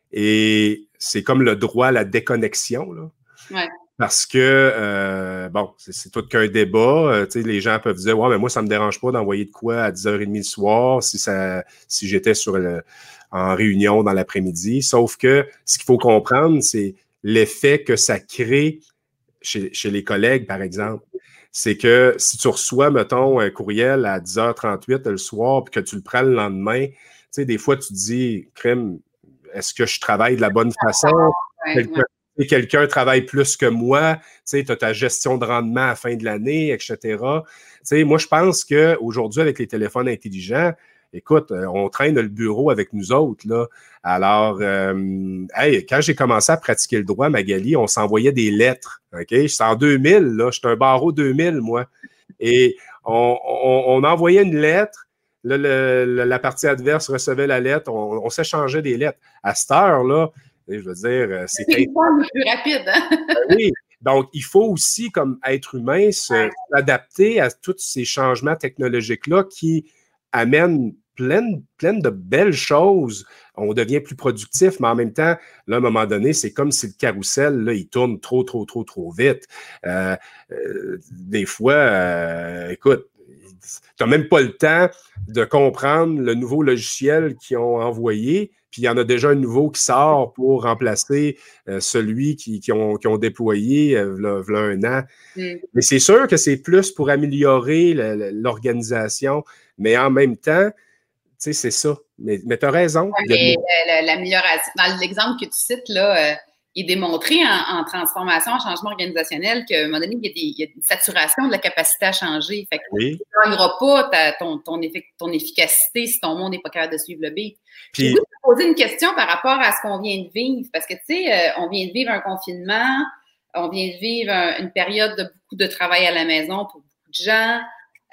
Et c'est comme le droit à la déconnexion, là. Ouais. Parce que, euh, bon, c'est, c'est tout qu'un débat. Euh, tu sais, les gens peuvent dire, ouais, mais moi, ça me dérange pas d'envoyer de quoi à dix heures trente le soir si ça, si j'étais sur le, en réunion dans l'après-midi. Sauf que ce qu'il faut comprendre, c'est l'effet que ça crée chez, chez les collègues, par exemple. C'est que si tu reçois, mettons, un courriel à dix heures trente-huit le soir, puis que tu le prends le lendemain, tu sais, des fois, tu te dis, crème, est-ce que je travaille de la bonne façon? Ouais, Quelqu'un, ouais. quelqu'un travaille plus que moi, tu sais, tu as ta gestion de rendement à la fin de l'année, et cetera. Tu sais, moi, je pense qu'aujourd'hui, avec les téléphones intelligents, écoute, on traîne le bureau avec nous autres, là. Alors, euh, hey, quand j'ai commencé à pratiquer le droit, Magali, on s'envoyait des lettres, OK? J'étais en deux mille, là, j'étais un barreau deux mille, moi. Et on, on, on envoyait une lettre, là, le, le, la partie adverse recevait la lettre, on, on s'échangeait des lettres. À cette heure-là, je veux dire, c'est... C'est le plus rapide, hein? Oui, donc il faut aussi, comme être humain, se, ouais. s'adapter à tous ces changements technologiques-là qui amènent plein, plein de belles choses. On devient plus productif, mais en même temps, là, à un moment donné, c'est comme si le carrousel, là, il tourne trop, trop, trop, trop vite. Euh, euh, des fois, euh, écoute, tu n'as même pas le temps de comprendre le nouveau logiciel qu'ils ont envoyé, puis il y en a déjà un nouveau qui sort pour remplacer euh, celui qui, qui, ont, qui ont déployé euh, là, là un an. Mm. Mais c'est sûr que c'est plus pour améliorer le, le, l'organisation, mais en même temps, tu sais, c'est ça. Mais, mais tu as raison. Ouais, mais a... l'amélioration, dans l'exemple que tu cites, là, euh, il est démontré en, en transformation, en changement organisationnel qu'à un moment donné, il y, a des, il y a une saturation de la capacité à changer. Fait que oui. tu ne gagneras pas ta, ton, ton, effic- ton efficacité si ton monde n'est pas capable de suivre le beat. Puis, je voulais te poser une question par rapport à ce qu'on vient de vivre, parce que, tu sais, euh, on vient de vivre un confinement, on vient de vivre un, une période de beaucoup de travail à la maison pour beaucoup de gens.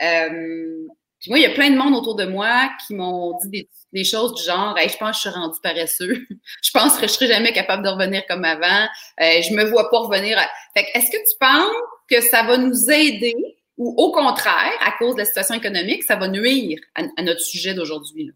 Euh, puis moi, il y a plein de monde autour de moi qui m'ont dit des, des choses du genre hey, « je pense que je suis rendu paresseux. Je pense que je serai jamais capable de revenir comme avant. Euh, je me vois pas revenir. » Fait que, est-ce que tu penses que ça va nous aider ou au contraire, à cause de la situation économique, ça va nuire à, à notre sujet d'aujourd'hui?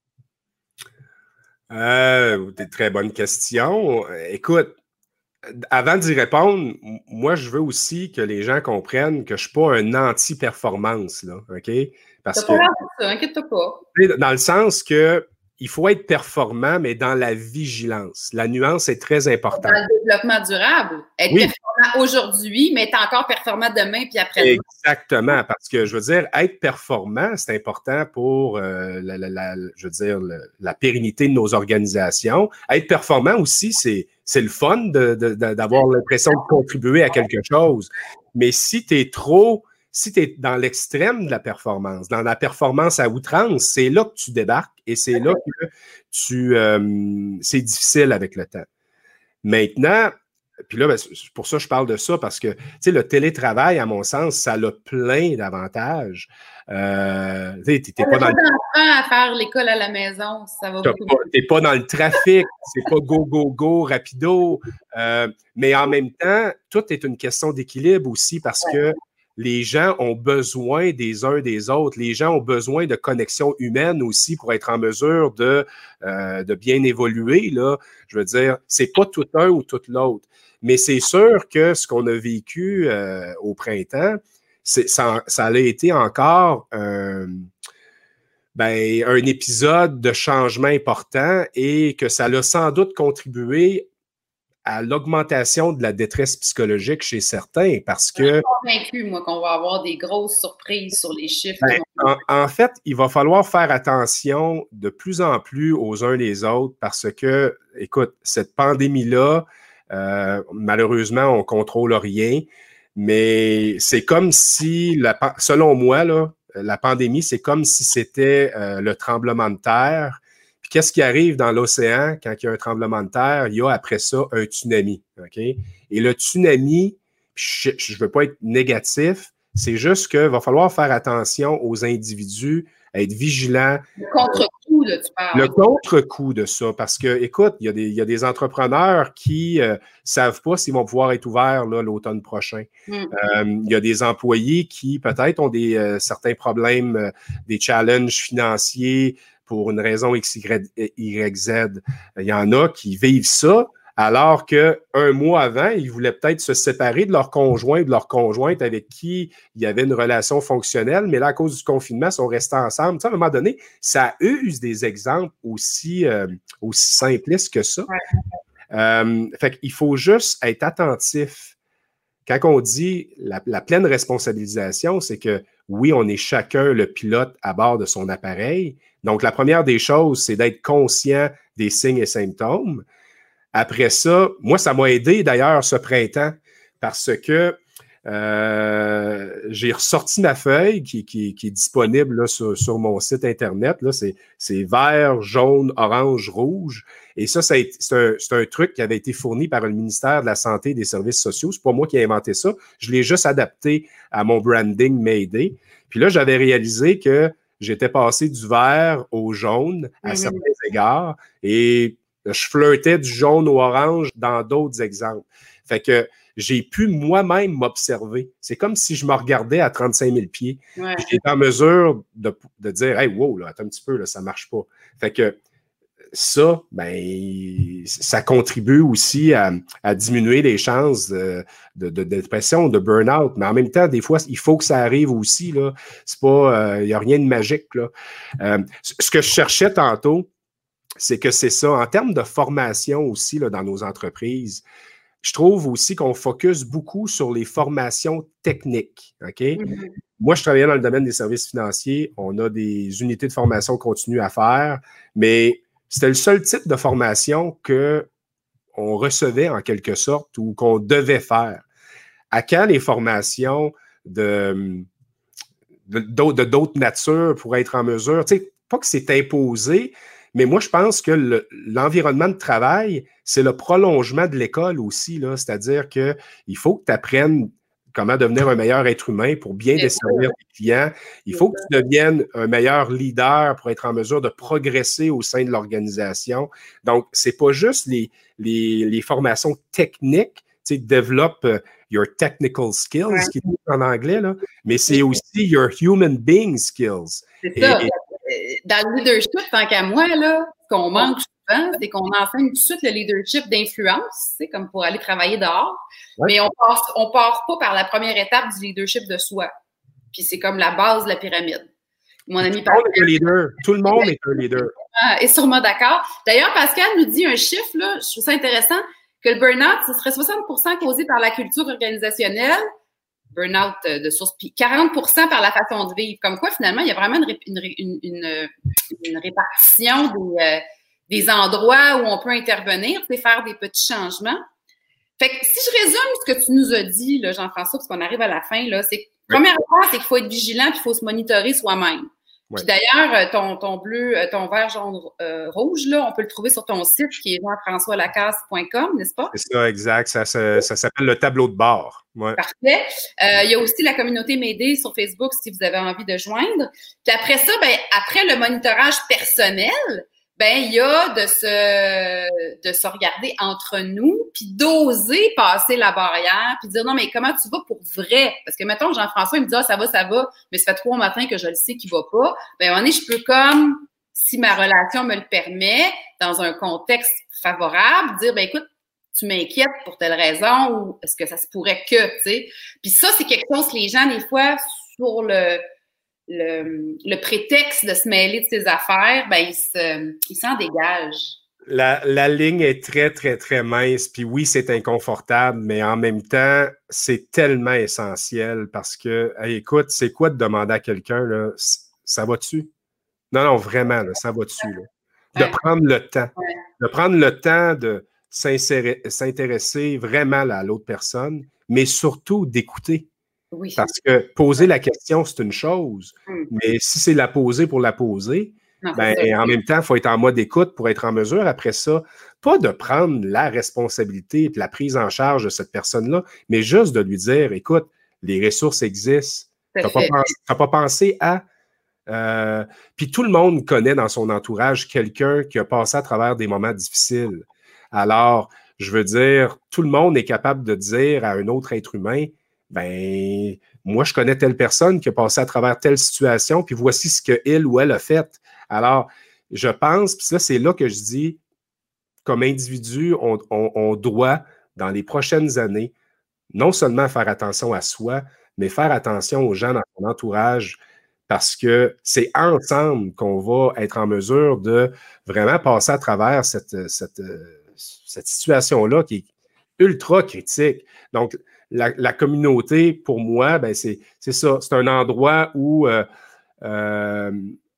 Euh, des très bonnes questions. Écoute, avant d'y répondre, moi, je veux aussi que les gens comprennent que je ne suis pas un anti-performance, là, OK? Parce T'as pas l'air de ça, inquiète-toi pas. Dans le sens que il faut être performant, mais dans la vigilance. La nuance est très importante. Dans le développement durable. Être oui. performant aujourd'hui, mais être encore performant demain puis après. Exactement, parce que je veux dire, être performant, c'est important pour euh, la, la, la, je veux dire, la, la pérennité de nos organisations. Être performant aussi, c'est, c'est le fun de, de, de, d'avoir l'impression de contribuer à quelque chose. Mais si tu es trop... Si tu es dans l'extrême de la performance, dans la performance à outrance, c'est là que tu débarques et c'est là que tu, euh, c'est difficile avec le temps. Maintenant, puis là, ben, pour ça, je parle de ça parce que, tu sais, le télétravail, à mon sens, ça a plein d'avantages. Euh, tu sais, t'es pas dans le... à faire l'école à la maison, ça va beaucoup. T'es pas dans le trafic, c'est pas go, go, go, rapido. Euh, mais en même temps, tout est une question d'équilibre aussi parce que les gens ont besoin des uns des autres. Les gens ont besoin de connexion humaine aussi pour être en mesure de, euh, de bien évoluer, là. Je veux dire, c'est pas tout un ou tout l'autre. Mais c'est sûr que ce qu'on a vécu euh, au printemps, c'est, ça, ça a été encore un, ben, un épisode de changement important et que ça a sans doute contribué à l'augmentation de la détresse psychologique chez certains parce que... Je suis convaincu, moi, qu'on va avoir des grosses surprises sur les chiffres. Ben, en, en fait, il va falloir faire attention de plus en plus aux uns les autres parce que, écoute, cette pandémie-là, euh, malheureusement, on ne contrôle rien, mais c'est comme si, la, selon moi, là, la pandémie, c'est comme si c'était euh, le tremblement de terre. Qu'est-ce qui arrive dans l'océan quand il y a un tremblement de terre? Il y a après ça un tsunami. OK? Et le tsunami, je ne veux pas être négatif, c'est juste qu'il va falloir faire attention aux individus, être vigilants. Le contre-coup, là, tu parles. Le contre-coup de ça, parce que, écoute, il y a des, il y a des entrepreneurs qui ne euh, savent pas s'ils vont pouvoir être ouverts là, l'automne prochain. Mm. Euh, il y a des employés qui, peut-être, ont des, euh, certains problèmes, euh, des challenges financiers, pour une raison X, Y, Z. Il y en a qui vivent ça, alors qu'un mois avant, ils voulaient peut-être se séparer de leur conjoint, de leur conjointe avec qui il y avait une relation fonctionnelle, mais là, à cause du confinement, ils sont restés ensemble. Tu sais, à un moment donné, ça use des exemples aussi, euh, aussi simplistes que ça. Ouais. Euh, fait qu'il faut juste être attentif. Quand on dit la, la pleine responsabilisation, c'est que oui, on est chacun le pilote à bord de son appareil. Donc, la première des choses, c'est d'être conscient des signes et symptômes. Après ça, moi, ça m'a aidé d'ailleurs ce printemps parce que euh, j'ai ressorti ma feuille qui, qui, qui est disponible là, sur, sur mon site Internet. Là, c'est, c'est vert, jaune, orange, rouge. Et ça, ça a été, c'est, un, c'est un truc qui avait été fourni par le ministère de la Santé et des Services sociaux. C'est pas moi qui ai inventé ça. Je l'ai juste adapté à mon branding Mayday. Puis là, j'avais réalisé que j'étais passé du vert au jaune à mm-hmm. certains égards. Et je flirtais du jaune au orange dans d'autres exemples. Fait que j'ai pu moi-même m'observer. C'est comme si je me regardais à trente-cinq mille pieds. Ouais. J'étais en mesure de, de dire « Hey, wow, là, attends un petit peu, là, ça marche pas. » Fait que ça, ben, ça contribue aussi à, à diminuer les chances de, de, de dépression, de burn-out. Mais en même temps, des fois, il faut que ça arrive aussi, là. C'est pas, il euh, n'y a rien de magique, là. Euh, ce que je cherchais tantôt, c'est que c'est ça. En termes de formation aussi là, dans nos entreprises, je trouve aussi qu'on focus beaucoup sur les formations techniques. OK? Mm-hmm. Moi, je travaillais dans le domaine des services financiers. On a des unités de formation continue à faire, mais c'était le seul type de formation qu'on recevait en quelque sorte ou qu'on devait faire. À quand les formations de, de, de d'autres natures pour être en mesure, tu sais, pas que c'est imposé, mais moi, je pense que le, l'environnement de travail, c'est le prolongement de l'école aussi, là. C'est-à-dire qu'il faut que tu apprennes comment devenir un meilleur être humain pour bien c'est desservir ça. Tes clients. Il faut c'est que tu deviennes un meilleur leader pour être en mesure de progresser au sein de l'organisation. Donc, c'est pas juste les, les, les formations techniques, tu sais, développe uh, your technical skills, ouais. qui est en anglais, là, mais c'est aussi your human being skills. C'est et, ça. Et, dans le leadership, tant qu'à moi, là, ce qu'on manque souvent, c'est qu'on enseigne tout de suite le leadership d'influence, tu sais, comme pour aller travailler dehors. Ouais. Mais on passe, on part pas par la première étape du leadership de soi. Puis c'est comme la base de la pyramide. Mon ami Pascal. Tout le monde est un leader. Tout le monde est un leader. Est sûrement d'accord. D'ailleurs, Pascal nous dit un chiffre, là, je trouve ça intéressant, que le burn-out, ce serait soixante pour cent causé par la culture organisationnelle, burn-out de source, puis quarante pour cent par la façon de vivre. Comme quoi, finalement, il y a vraiment une, une, une, une répartition des, euh, des endroits où on peut intervenir, tu sais, faire des petits changements. Fait que si je résume ce que tu nous as dit, là, Jean-François, parce qu'on arrive à la fin, là, c'est que, oui. Première fois, c'est qu'il faut être vigilant, puis il faut se monitorer soi-même. Oui. Puis d'ailleurs, ton, ton bleu, ton vert, jaune, euh, rouge, là, on peut le trouver sur ton site qui est jean françois lacasse point com, n'est-ce pas? C'est ça, exact. Ça, ça, ça s'appelle le tableau de bord. Ouais. Parfait. Euh, il y a aussi la communauté Mayday sur Facebook si vous avez envie de joindre. Puis après ça, ben, après le monitorage personnel, ben, il y a de se, de se regarder entre nous, puis d'oser passer la barrière, puis dire non, mais comment tu vas pour vrai? Parce que, mettons, Jean-François, il me dit, ah, ça va, ça va, mais ça fait trois matins que je le sais qu'il va pas. Ben, à un moment donné, je peux comme, si ma relation me le permet, dans un contexte favorable, dire, ben, écoute, tu m'inquiètes pour telle raison, ou est-ce que ça se pourrait que, tu sais? Puis ça, c'est quelque chose que les gens, des fois, sur le, Le, le prétexte de se mêler de ses affaires, ben, il, se, il s'en dégage. La, la ligne est très, très, très mince. Puis oui, c'est inconfortable, mais en même temps, c'est tellement essentiel parce que, hey, écoute, c'est quoi de demander à quelqu'un, là, ça va-tu? Non, non, vraiment, là, ça va-tu? Là? De ouais. prendre le temps. Ouais. De prendre le temps de s'intéresser vraiment là, à l'autre personne, mais surtout d'écouter. Oui. Parce que poser la question, c'est une chose, mm. mais si c'est la poser pour la poser, non, ben, en même temps, il faut être en mode écoute pour être en mesure, après ça, pas de prendre la responsabilité et la prise en charge de cette personne-là, mais juste de lui dire, écoute, les ressources existent. Tu n'as pas, pas pensé à... Euh, puis tout le monde connaît dans son entourage quelqu'un qui a passé à travers des moments difficiles. Alors, je veux dire, tout le monde est capable de dire à un autre être humain, ben, moi, je connais telle personne qui a passé à travers telle situation, puis voici ce qu'elle ou elle a fait. Alors, je pense, puis ça, c'est là que je dis, comme individu, on, on, on doit, dans les prochaines années, non seulement faire attention à soi, mais faire attention aux gens dans son entourage, parce que c'est ensemble qu'on va être en mesure de vraiment passer à travers cette, cette, cette situation-là qui est ultra critique. Donc, la, la communauté, pour moi, ben c'est, c'est ça. C'est un endroit où euh, euh,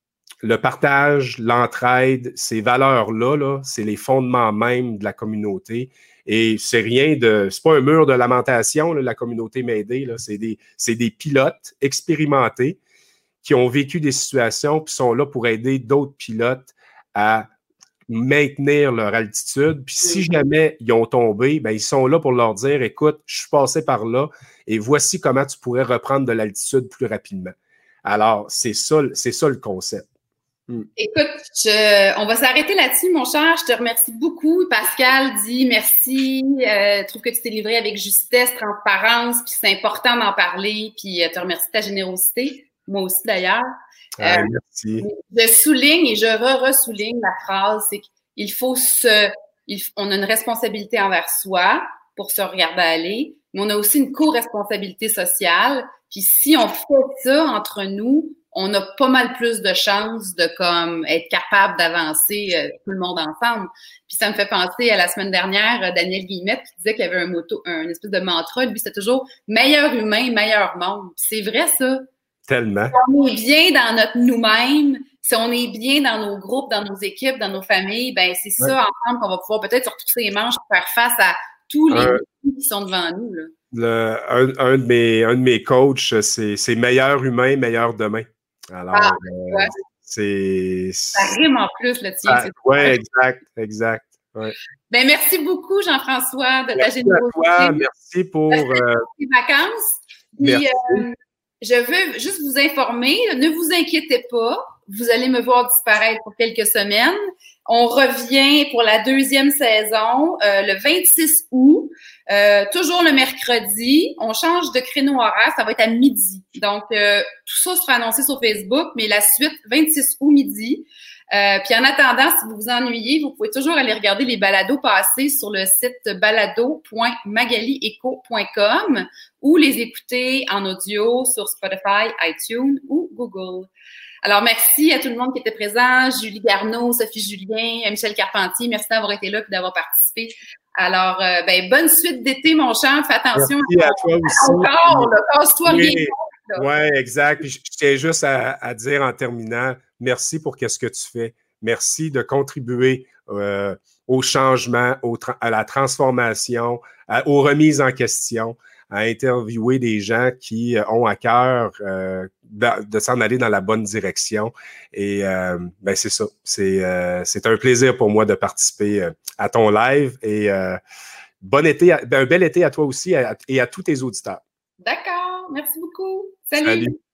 le partage, l'entraide, ces valeurs-là, là, c'est les fondements même de la communauté. Et c'est rien de... C'est pas un mur de lamentation, là, la communauté m'aider. Là, c'est des, c'est des pilotes expérimentés qui ont vécu des situations puis sont là pour aider d'autres pilotes à maintenir leur altitude. Puis si jamais ils ont tombé, ben ils sont là pour leur dire, écoute, je suis passé par là et voici comment tu pourrais reprendre de l'altitude plus rapidement. Alors, c'est ça, c'est ça le concept. Hmm. Écoute, je, on va s'arrêter là-dessus, mon cher. Je te remercie beaucoup. Pascal dit merci. Euh, trouve que tu t'es livré avec justesse, transparence, puis c'est important d'en parler. Puis euh, te remercie de ta générosité. Moi aussi, d'ailleurs. Ah, euh, merci. Je souligne et je re-re-souligne la phrase, c'est qu'il faut se... Il, on a une responsabilité envers soi pour se regarder aller, mais on a aussi une co-responsabilité sociale. Puis si on fait ça entre nous, on a pas mal plus de chances de comme être capable d'avancer euh, tout le monde ensemble. Puis ça me fait penser à la semaine dernière, euh, Daniel Guillemette qui disait qu'il y avait un moto, un espèce de mantra. Lui, c'était toujours meilleur humain, meilleur monde. Puis c'est vrai, ça. Tellement. Si on est bien dans notre nous-mêmes, si on est bien dans nos groupes, dans nos équipes, dans nos familles, ben c'est ça ouais. ensemble qu'on va pouvoir peut-être se retrousser les manches pour faire face à tous les un, défis qui sont devant nous. Là. Le, un, un, de mes, un de mes coachs, c'est, c'est meilleur humain, meilleur demain. Alors, ah, euh, ouais. c'est, Ça rime en plus, le tien. Ah, oui, exact, exact. Ouais. Ben, merci beaucoup, Jean-François, de merci ta générosité. À toi, merci pour euh... les vacances. Puis, merci. Euh, je veux juste vous informer, ne vous inquiétez pas, vous allez me voir disparaître pour quelques semaines. On revient pour la deuxième saison euh, le vingt-six août, euh, toujours le mercredi. On change de créneau horaire, ça va être à midi. Donc, euh, tout ça sera annoncé sur Facebook, mais la suite, vingt-six août midi. Euh, puis en attendant, si vous vous ennuyez, vous pouvez toujours aller regarder les balados passés sur le site balado point magalieco point com ou les écouter en audio sur Spotify, iTunes ou Google. Alors, merci à tout le monde qui était présent, Julie Garneau, Sophie Julien, Michel Carpentier, merci d'avoir été là et d'avoir participé. Alors, euh, ben bonne suite d'été, mon cher, fais attention. Merci à, à toi aussi. Encore, là, casse-toi oui, rien. Oui, exact. Puis je tiens juste à, à dire en terminant, merci pour qu'est-ce que tu fais. Merci de contribuer euh, au changement, au tra- à la transformation, à, aux remises en question, à interviewer des gens qui ont à cœur euh, de, de s'en aller dans la bonne direction. Et euh, ben c'est ça. C'est, euh, c'est un plaisir pour moi de participer à ton live. Et euh, bon été, ben, un bel été à toi aussi à, et à tous tes auditeurs. D'accord. Merci beaucoup. Salut. Salut.